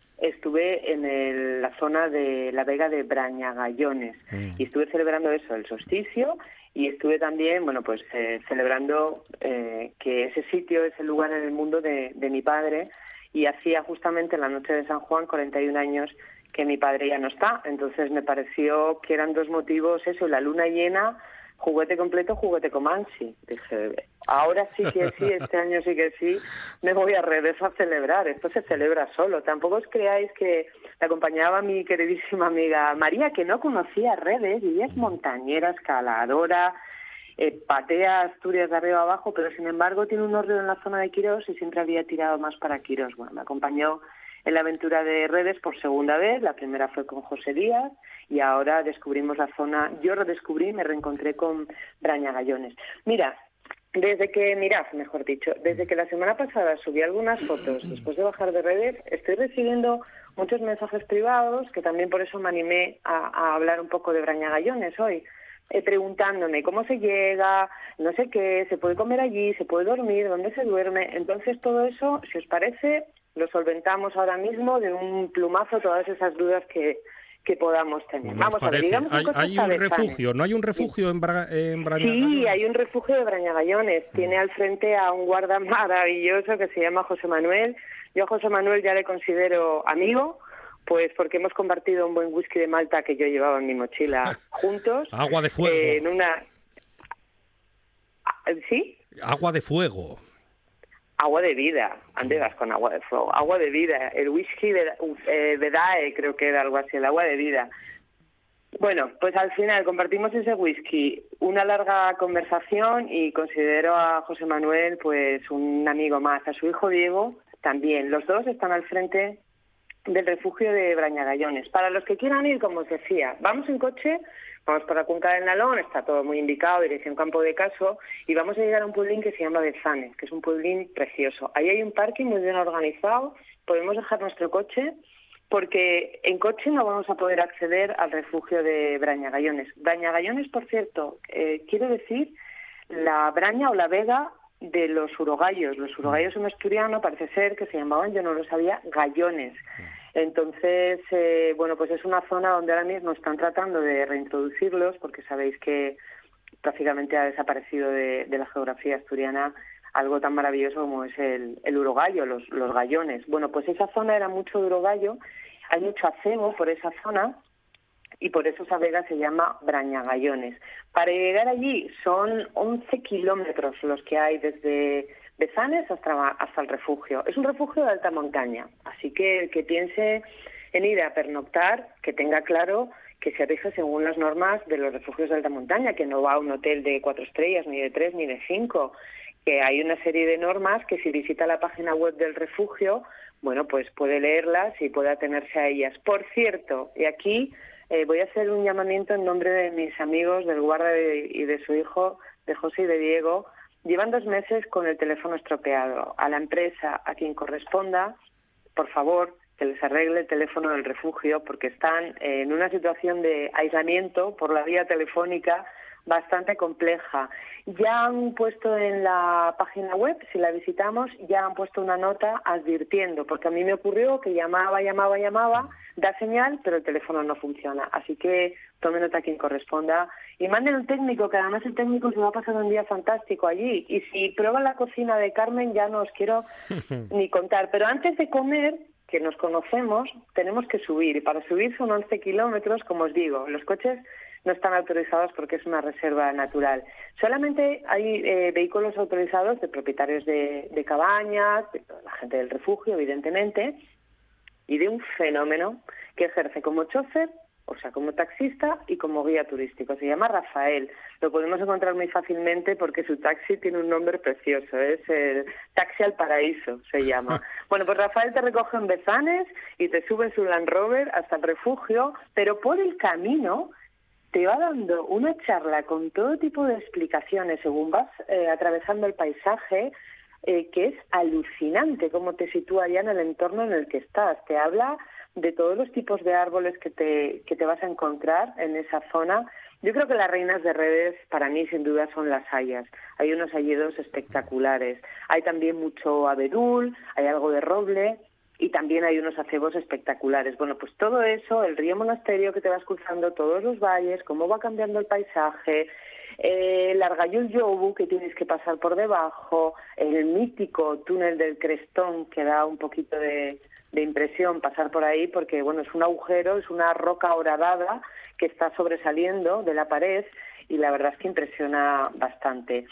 Estuve en la zona de la vega de Brañagallones y estuve celebrando eso, el solsticio, y estuve también, bueno, pues celebrando que ese sitio es el lugar en el mundo de mi padre, y hacía justamente en la noche de San Juan 41 años que mi padre ya no está. Entonces me pareció que eran dos motivos, eso, la luna llena, juguete completo, juguete Comanche. Dije, ahora sí que sí, este año sí que sí, me voy a Redes a celebrar. Esto se celebra solo. Tampoco os creáis que la acompañaba mi queridísima amiga María, que no conocía Redes, y ella es montañera, escaladora, patea Asturias de arriba abajo, pero sin embargo tiene un hórreo en la zona de Quirós y siempre había tirado más para Quirós. Bueno, me acompañó en la aventura de Redes por segunda vez. La primera fue con José Díaz y ahora descubrimos la zona. Yo redescubrí, me reencontré con Brañagallones. Mira, Desde que la semana pasada subí algunas fotos después de bajar de redes, estoy recibiendo muchos mensajes privados, que también por eso me animé a hablar un poco de Brañagallones hoy, preguntándome cómo se llega, no sé qué, se puede comer allí, se puede dormir, dónde se duerme. Entonces todo eso, si os parece, lo solventamos ahora mismo de un plumazo, todas esas dudas que podamos tener. Vamos a ver, digamos hay un refugio, ¿no hay un refugio en Brañagallones? Sí, hay un refugio de Brañagallones. Tiene al frente a un guarda maravilloso que se llama José Manuel. Yo a José Manuel ya le considero amigo, pues porque hemos compartido un buen whisky de Malta que yo llevaba en mi mochila juntos. Agua de fuego. ¿Sí? Agua de fuego. Agua de vida, ¿dónde vas con agua de fuego? Agua de vida, el whisky Vedae, creo que era algo así, el agua de vida. Bueno, pues al final compartimos ese whisky, una larga conversación, y considero a José Manuel pues un amigo más. A su hijo Diego también. Los dos están al frente del refugio de Brañagallones. Para los que quieran ir, como os decía, vamos en coche, vamos por la Cuenca del Nalón, está todo muy indicado, dirección Campo de Caso, y vamos a llegar a un pueblín que se llama Bezanes, que es un pueblín precioso. Ahí hay un parking muy bien organizado, podemos dejar nuestro coche, porque en coche no vamos a poder acceder al refugio de Brañagallones. Brañagallones, por cierto, quiere decir la braña o la vega de los urogallos. Los urogallos en asturiano parece ser que se llamaban, yo no lo sabía, gallones. Entonces, bueno, pues es una zona donde ahora mismo están tratando de reintroducirlos, porque sabéis que prácticamente ha desaparecido de la geografía asturiana algo tan maravilloso como es el urogallo, los gallones. Bueno, pues esa zona era mucho de urogallo, hay mucho acebo por esa zona, y por eso esa vega se llama Brañagallones. Para llegar allí son 11 kilómetros los que hay desde Bezanes hasta el refugio. Es un refugio de alta montaña, así que el que piense en ir a pernoctar, que tenga claro que se rige según las normas de los refugios de alta montaña, que no va a un hotel de 4 estrellas, ni de 3, ni de 5, que hay una serie de normas que si visita la página web del refugio, bueno, pues puede leerlas y puede atenerse a ellas. Por cierto, y aquí voy a hacer un llamamiento en nombre de mis amigos del guarda y de su hijo, de José y de Diego. Llevan 2 meses con el teléfono estropeado. A la empresa, a quien corresponda, por favor, que les arregle el teléfono del refugio, porque están en una situación de aislamiento por la vía telefónica bastante compleja. Ya han puesto en la página web, si la visitamos, ya han puesto una nota advirtiendo, porque a mí me ocurrió que llamaba, da señal, pero el teléfono no funciona. Así que tome nota a quien corresponda y manden un técnico, que además el técnico se va a pasar un día fantástico allí. Y si prueban la cocina de Carmen, ya no os quiero ni contar. Pero antes de comer, que nos conocemos, tenemos que subir. Y para subir son 11 kilómetros, como os digo. Los coches no están autorizados porque es una reserva natural. Solamente hay vehículos autorizados de propietarios de cabañas, de la gente del refugio, evidentemente, y de un fenómeno que ejerce como chofer, o sea, como taxista y como guía turístico. Se llama Rafael. Lo podemos encontrar muy fácilmente porque su taxi tiene un nombre precioso. Es el Taxi al Paraíso, se llama. Bueno, pues Rafael te recoge en Bezanes y te sube en su Land Rover hasta el refugio, pero por el camino te va dando una charla con todo tipo de explicaciones según vas atravesando el paisaje, que es alucinante cómo te sitúa ya en el entorno en el que estás. Te habla de todos los tipos de árboles que te vas a encontrar en esa zona. Yo creo que las reinas de redes para mí sin duda son las hayas. Hay unos hayedos espectaculares. Hay también mucho abedul, hay algo de roble y también hay unos acebos espectaculares. Bueno, pues todo eso, el río Monasterio que te vas cruzando, todos los valles, cómo va cambiando el paisaje, el Argayul Yobu que tienes que pasar por debajo, el mítico túnel del Crestón que da un poquito de impresión pasar por ahí porque, bueno, es un agujero, es una roca horadada que está sobresaliendo de la pared y la verdad es que impresiona bastante.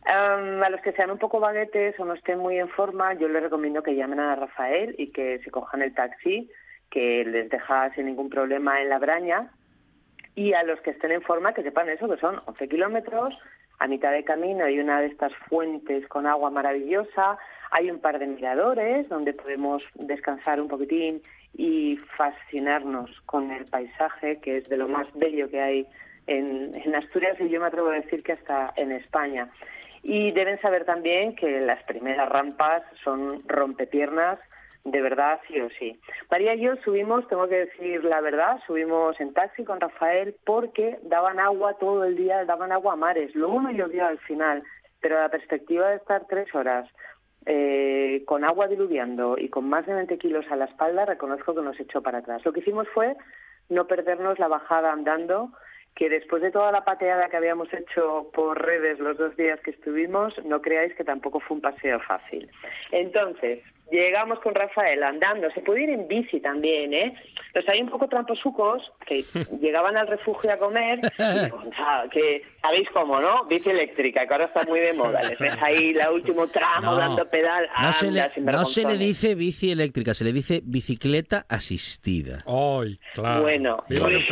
A los que sean un poco baguetes o no estén muy en forma, yo les recomiendo que llamen a Rafael y que se cojan el taxi, que les deja sin ningún problema en la Braña. Y a los que estén en forma, que sepan eso, que son 11 kilómetros, a mitad de camino hay una de estas fuentes con agua maravillosa, hay un par de miradores donde podemos descansar un poquitín y fascinarnos con el paisaje, que es de lo más bello que hay en Asturias y yo me atrevo a decir que hasta en España. Y deben saber también que las primeras rampas son rompepiernas, de verdad, sí o sí. María y yo subimos, tengo que decir la verdad, subimos en taxi con Rafael porque daban agua todo el día, daban agua a mares. Luego no llovió al final, pero la perspectiva de estar 3 horas con agua diluviando y con más de 20 kilos a la espalda, reconozco que nos echó para atrás. Lo que hicimos fue no perdernos la bajada andando, que después de toda la pateada que habíamos hecho por redes los 2 días que estuvimos, no creáis que tampoco fue un paseo fácil. Entonces, llegamos con Rafael andando, se puede ir en bici también, ¿eh? Los hay un poco tramposucos que llegaban al refugio a comer, y, que sabéis cómo, ¿no? Bici eléctrica, que ahora está muy de moda. Les ves ahí el último tramo dando pedal. No se le dice bici eléctrica, se le dice bicicleta asistida. ¡Ay, claro! Bueno,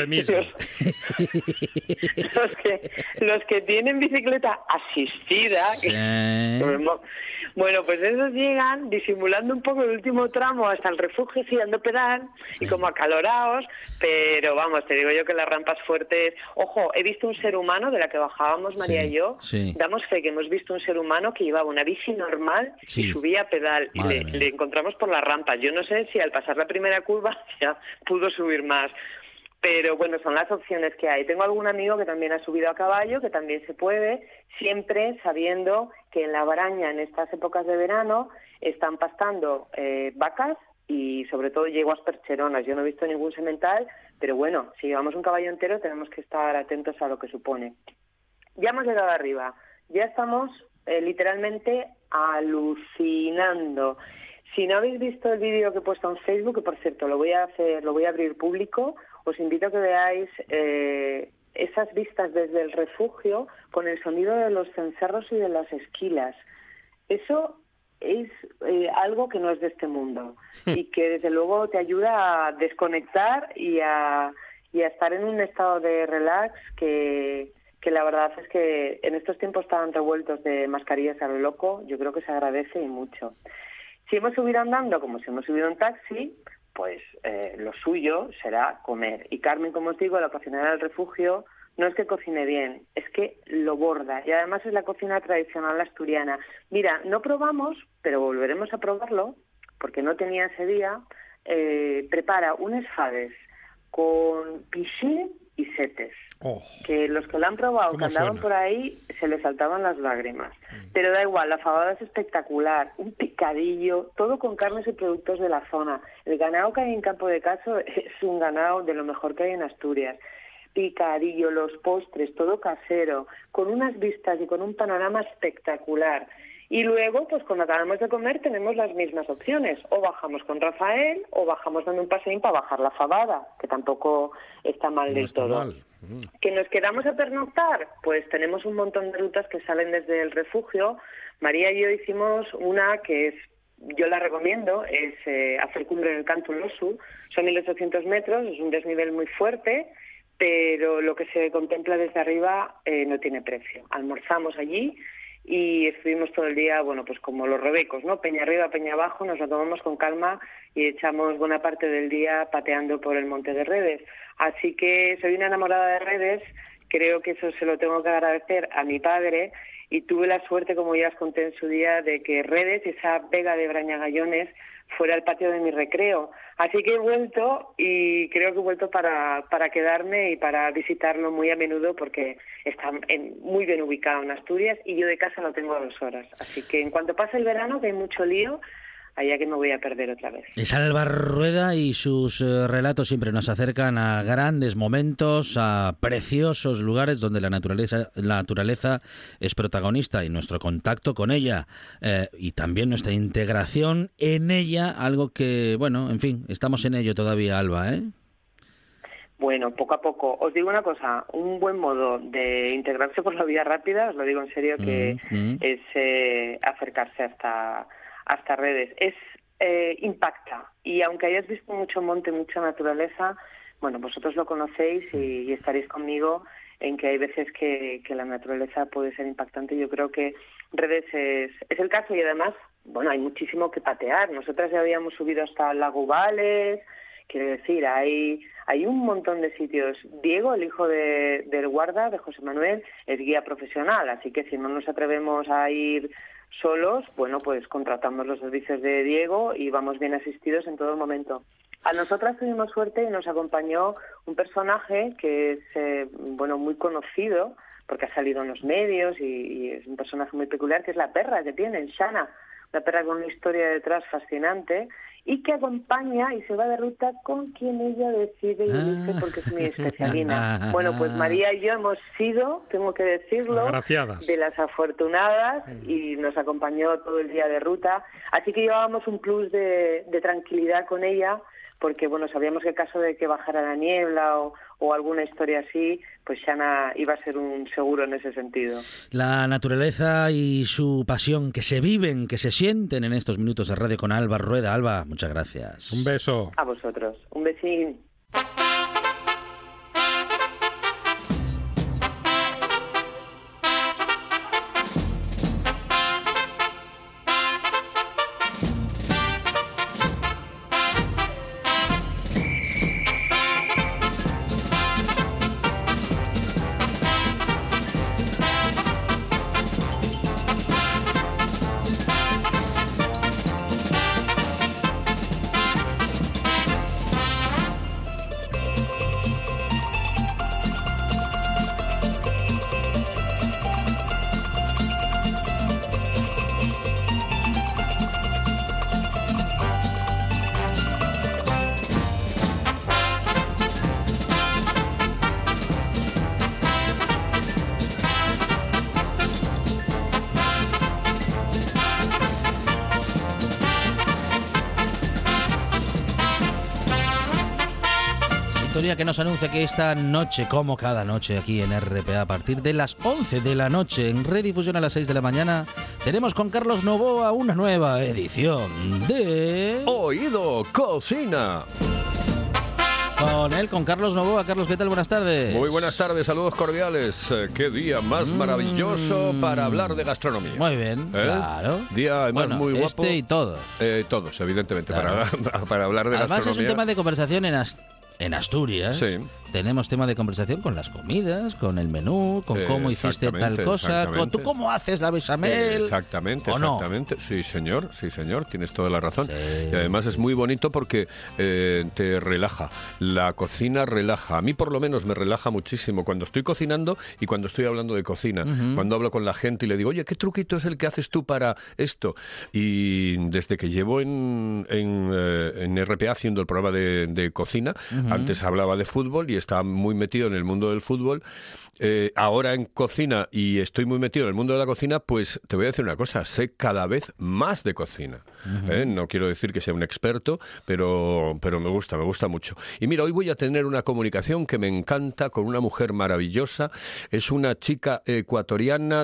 los que tienen bicicleta asistida, sí. Bueno, pues esos llegan disimulando un poco el último tramo hasta el refugio, sí, dando pedal y como acalorados, pero vamos, te digo yo que las rampas fuertes... Ojo, he visto un ser humano de la que bajábamos María y yo, damos fe que hemos visto un ser humano que llevaba una bici normal y subía a pedal y le encontramos por las rampas. Yo no sé si al pasar la primera curva ya pudo subir más. Pero bueno, son las opciones que hay. Tengo algún amigo que también ha subido a caballo, que también se puede, siempre sabiendo que en la Baraña, en estas épocas de verano, están pastando vacas y sobre todo yeguas percheronas. Yo no he visto ningún semental, pero bueno, si llevamos un caballo entero tenemos que estar atentos a lo que supone. Ya hemos llegado arriba, ya estamos literalmente alucinando. Si no habéis visto el vídeo que he puesto en Facebook, que por cierto lo voy a abrir público, os invito a que veáis esas vistas desde el refugio con el sonido de los cencerros y de las esquilas. Eso es algo que no es de este mundo y que desde luego te ayuda a desconectar y a estar en un estado de relax que la verdad es que en estos tiempos tan revueltos de mascarillas a lo loco, yo creo que se agradece y mucho. Si hemos subido andando como si hemos subido en taxi, pues lo suyo será comer. Y Carmen, como os digo, la cocinera del refugio, no es que cocine bien, es que lo borda. Y además es la cocina tradicional asturiana. Mira, no probamos, pero volveremos a probarlo, porque no tenía ese día. Prepara unes faves con pichín y setes. Que los que lo han probado, que andaban por ahí, se les saltaban las lágrimas. Pero da igual, la fabada es espectacular, un picadillo, todo con carnes y productos de la zona. El ganado que hay en Campo de Caso es un ganado de lo mejor que hay en Asturias. Picadillo, los postres, todo casero, con unas vistas y con un panorama espectacular. Y luego, pues cuando acabamos de comer, tenemos las mismas opciones. O bajamos con Rafael, o bajamos dando un paseín para bajar la fabada, que tampoco está mal del todo. ¿Que nos quedamos a pernoctar? Pues tenemos un montón de rutas que salen desde el refugio. María y yo hicimos una que es, yo la recomiendo, es hacer cumbre en el Canto Losu. Son 1.800 metros, es un desnivel muy fuerte, pero lo que se contempla desde arriba no tiene precio. Almorzamos allí y estuvimos todo el día, bueno, pues como los rebecos, ¿no? Peña arriba, peña abajo, nos lo tomamos con calma y echamos buena parte del día pateando por el Monte de Redes. Así que soy una enamorada de Redes, creo que eso se lo tengo que agradecer a mi padre y tuve la suerte, como ya os conté en su día, de que Redes, esa vega de Brañagallones, fuera el patio de mi recreo. Así que he vuelto y creo que he vuelto para quedarme y para visitarlo muy a menudo porque está muy bien ubicado en Asturias y yo de casa lo tengo a 2 horas. Así que en cuanto pase el verano, que hay mucho lío, allá que me voy a perder otra vez. Salva Rueda y sus relatos siempre nos acercan a grandes momentos, a preciosos lugares donde la naturaleza es protagonista y nuestro contacto con ella y también nuestra integración en ella, algo que, bueno, en fin, estamos en ello todavía, Alba, ¿eh? Bueno, poco a poco. Os digo una cosa, un buen modo de integrarse por la vía rápida, os lo digo en serio, que es acercarse hasta Redes. Impacta. Y aunque hayáis visto mucho monte, mucha naturaleza, bueno, vosotros lo conocéis y estaréis conmigo en que hay veces que la naturaleza puede ser impactante. Yo creo que Redes es el caso y además, bueno, hay muchísimo que patear. Nosotras ya habíamos subido hasta el lago Vales Quiero decir, hay un montón de sitios. Diego, el hijo del guarda, de José Manuel, es guía profesional, así que si no nos atrevemos a ir solos, bueno, pues contratamos los servicios de Diego y vamos bien asistidos en todo momento. A nosotras tuvimos suerte y nos acompañó un personaje que es, muy conocido, porque ha salido en los medios y es un personaje muy peculiar, que es la perra que tienen, Shana, una perra con una historia detrás fascinante y que acompaña y se va de ruta con quien ella decide y elige porque es mi especialina. Bueno, pues María y yo hemos sido, tengo que decirlo, agraciadas, de las afortunadas y nos acompañó todo el día de ruta. Así que llevábamos un plus de tranquilidad con ella porque, bueno, sabíamos que en caso de que bajara la niebla o alguna historia así, pues Shana iba a ser un seguro en ese sentido. La naturaleza y su pasión que se viven, que se sienten en estos minutos de radio con Alba Rueda. Alba, muchas gracias. Un beso. A vosotros. Un besín. Que nos anuncia que esta noche, como cada noche aquí en RPA, a partir de las 11 de la noche, en redifusión a las 6 de la mañana, tenemos con Carlos Novoa una nueva edición de... Oído Cocina. Con Carlos Novoa. Carlos, ¿qué tal? Buenas tardes. Muy buenas tardes, saludos cordiales. Qué día más maravilloso para hablar de gastronomía. Muy bien, claro. Día además muy guapo. Y todos. Todos, evidentemente, claro. para hablar de además, gastronomía. Es un tema de conversación en Asturias. Sí. Tenemos tema de conversación con las comidas, con el menú, con cómo hiciste tal cosa, con tú cómo haces la bechamel. Exactamente. No? Sí, señor, tienes toda la razón. Sí. Y además es muy bonito porque te relaja. La cocina relaja. A mí por lo menos me relaja muchísimo cuando estoy cocinando y cuando estoy hablando de cocina. Uh-huh. Cuando hablo con la gente y le digo, oye, ¿qué truquito es el que haces tú para esto? Y desde que llevo en RPA haciendo el programa de cocina, uh-huh. Antes hablaba de fútbol y estaba muy metido en el mundo del fútbol. Ahora en cocina y estoy muy metido en el mundo de la cocina, pues te voy a decir una cosa, sé cada vez más de cocina. Uh-huh. No quiero decir que sea un experto, pero me gusta mucho. Y mira, hoy voy a tener una comunicación que me encanta con una mujer maravillosa. Es una chica ecuatoriana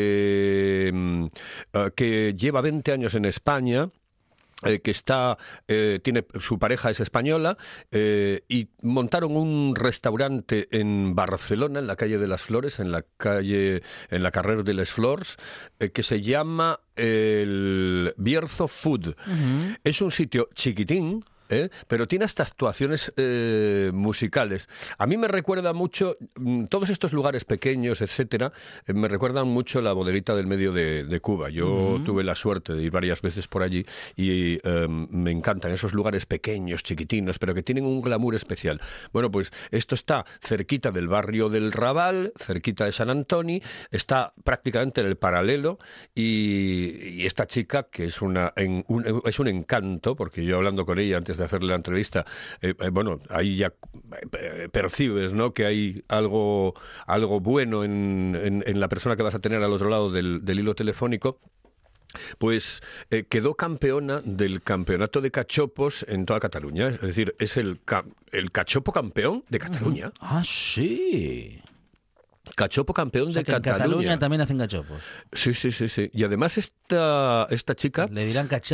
que lleva 20 años en España. Que tiene su pareja es española y montaron un restaurante en Barcelona, en la calle de las Flores, en la carrer de les Flors, que se llama el Bierzo Food. Uh-huh. Es un sitio chiquitín, pero tiene hasta actuaciones musicales. A mí me recuerda mucho, todos estos lugares pequeños, etcétera, me recuerdan mucho la bodeguita del medio de Cuba. Yo uh-huh. tuve la suerte de ir varias veces por allí y me encantan esos lugares pequeños, chiquitinos, pero que tienen un glamour especial. Bueno, pues esto está cerquita del barrio del Raval, cerquita de San Antoni, está prácticamente en el paralelo y esta chica, que es un encanto, porque yo hablando con ella antes de hacerle la entrevista, ahí ya percibes, ¿no?, que hay algo bueno en la persona que vas a tener al otro lado del hilo telefónico. Pues quedó campeona del campeonato de cachopos en toda Cataluña. Es decir, es el cachopo campeón de Cataluña. Ah, sí. Cachopo campeón de Cataluña. En Cataluña también hacen cachopos. Sí. Y además esta chica... Le dirán cachap.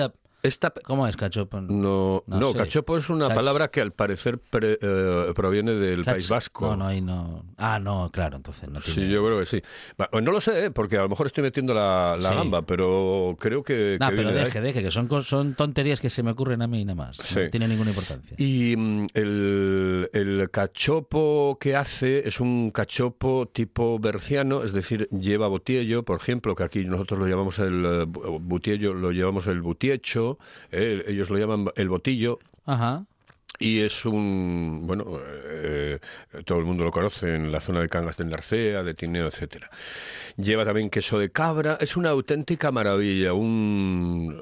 ¿Cómo es cachopo? No, sé. cachopo es una palabra que al parecer proviene del País Vasco. No. Ah, no, claro, entonces no tiene... Sí, yo creo que sí. No lo sé, porque a lo mejor estoy metiendo la gamba, pero creo que... No, pero deje, que son tonterías que se me ocurren a mí nada más. Sí. No tiene ninguna importancia. Y el cachopo que hace es un cachopo tipo berciano, es decir, lleva botiello, por ejemplo, que aquí nosotros lo llamamos el botiello, lo llevamos el butiecho, ellos lo llaman el botillo. Ajá. Y es todo el mundo lo conoce en la zona de Cangas del Narcea, de Tineo, etcétera. Lleva también queso de cabra, es una auténtica maravilla, un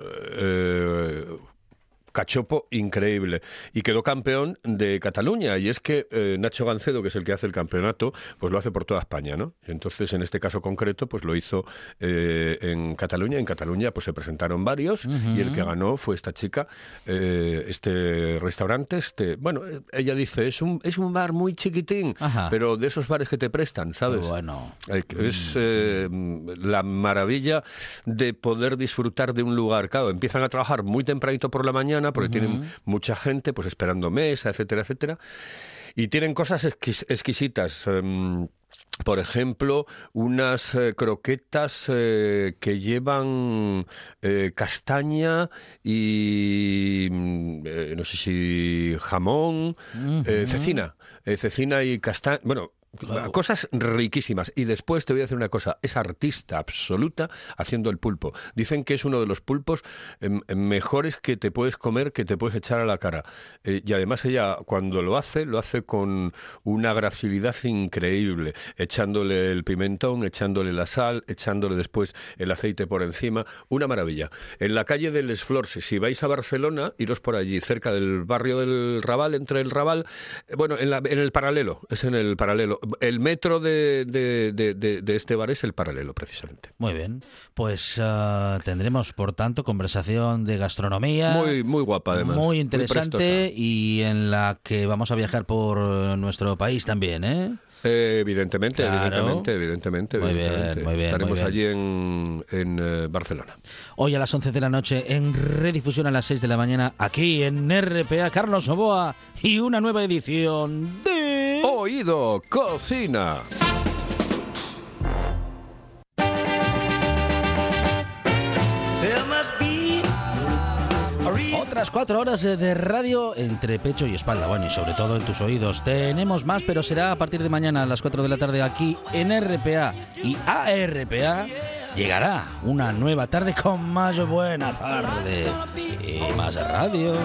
cachopo increíble, y quedó campeón de Cataluña, y es que Nacho Gancedo, que es el que hace el campeonato, pues lo hace por toda España, ¿no? Entonces, en este caso concreto, pues lo hizo en Cataluña. En Cataluña pues se presentaron varios, y el que ganó fue esta chica, este restaurante, bueno, ella dice, es un bar muy chiquitín, pero de esos bares que te prestan, ¿sabes? Bueno. Es la maravilla de poder disfrutar de un lugar. Claro, empiezan a trabajar muy tempranito por la mañana, porque tienen mucha gente pues esperando mesa, etcétera, etcétera, y tienen cosas exquisitas. Por ejemplo, unas croquetas que llevan castaña y no sé si jamón, cecina y castaña, bueno, cosas riquísimas. Y después te voy a decir una cosa, es artista absoluta haciendo el pulpo. Dicen que es uno de los pulpos mejores que te puedes comer, que te puedes echar a la cara. Y además ella, cuando lo hace con una gracilidad increíble, echándole el pimentón, echándole la sal, echándole después el aceite por encima. Una maravilla. En la calle de Les Flors, si vais a Barcelona, iros por allí, cerca del barrio del Raval, entre el Raval, bueno, en el paralelo, es en el paralelo. El metro de este bar es el paralelo, precisamente. Muy bien. Pues tendremos, por tanto, conversación de gastronomía. Muy, muy guapa, además. Muy interesante, muy y en la que vamos a viajar por nuestro país también, ¿eh? Evidentemente. Muy bien. Estaremos allí en Barcelona. Hoy a las 11 de la noche, en redifusión a las 6 de la mañana, aquí en RPA, Carlos Novoa y una nueva edición de... Oído Cocina. Otras 4 horas de radio entre pecho y espalda, bueno, y sobre todo en tus oídos. Tenemos más, pero será a partir de mañana a las 4 de la tarde aquí en RPA y ARPA. Llegará una nueva tarde con más buena tarde y más radio.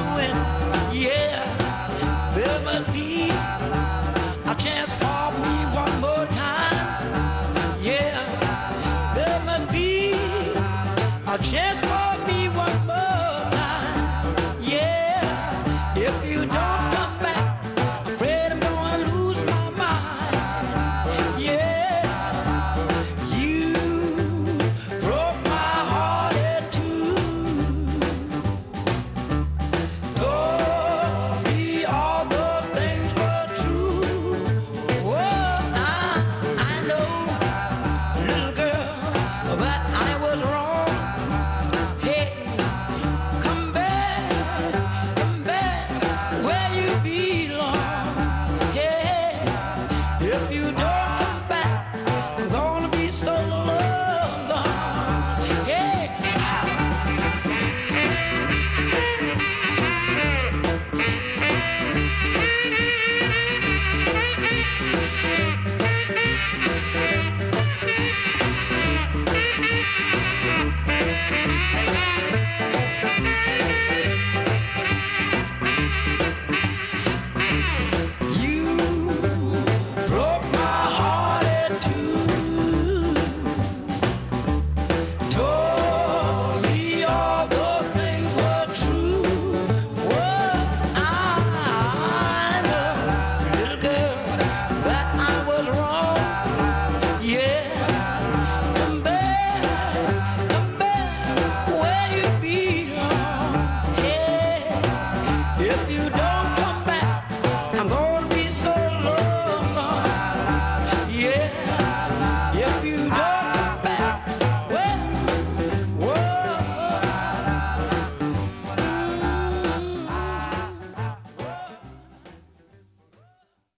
Chance